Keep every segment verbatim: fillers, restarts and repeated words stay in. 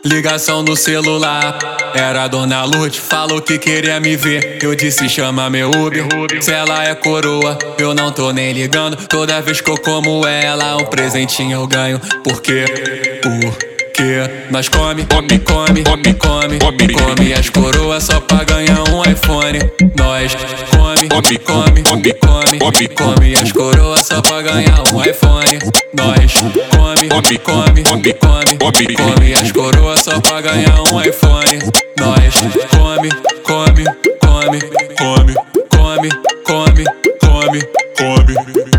Ligação no celular, era a dona Lourdes, falou que queria me ver. Eu disse chama meu Uber, se ela é coroa, eu não tô nem ligando. Toda vez que eu como ela, um presentinho eu ganho. Porque o que nós come, come, come, come, come, come as coroas só pra ganhar um iPhone. Nós come, come, come, come, come, come as coroas só pra ganhar um iPhone. Nós come, come, come, come, come, come as coroas só pra ganhar um iPhone. Nós come, come, come, come, come, come, come, come.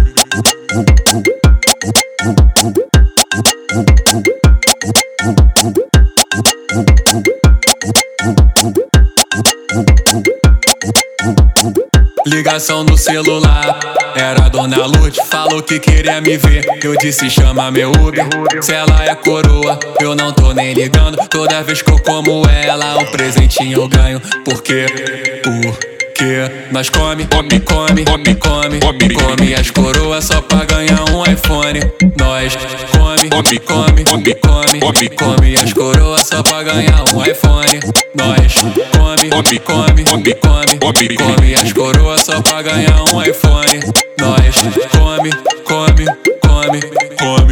Ligação no celular, era a dona Lourdes, falou que queria me ver. Eu disse chama meu Uber, se ela é coroa, eu não tô nem ligando. Toda vez que eu como ela, um presentinho eu ganho. Porque o que nós come, come, come, come, come, come as coroas só pra ganhar um iPhone. Nós come, come, come, come, come, come as coroas só pra ganhar um iPhone. Nós come, come, come, come, come, come as coroas só pra ganhar um iPhone. Nós come, come, come, come.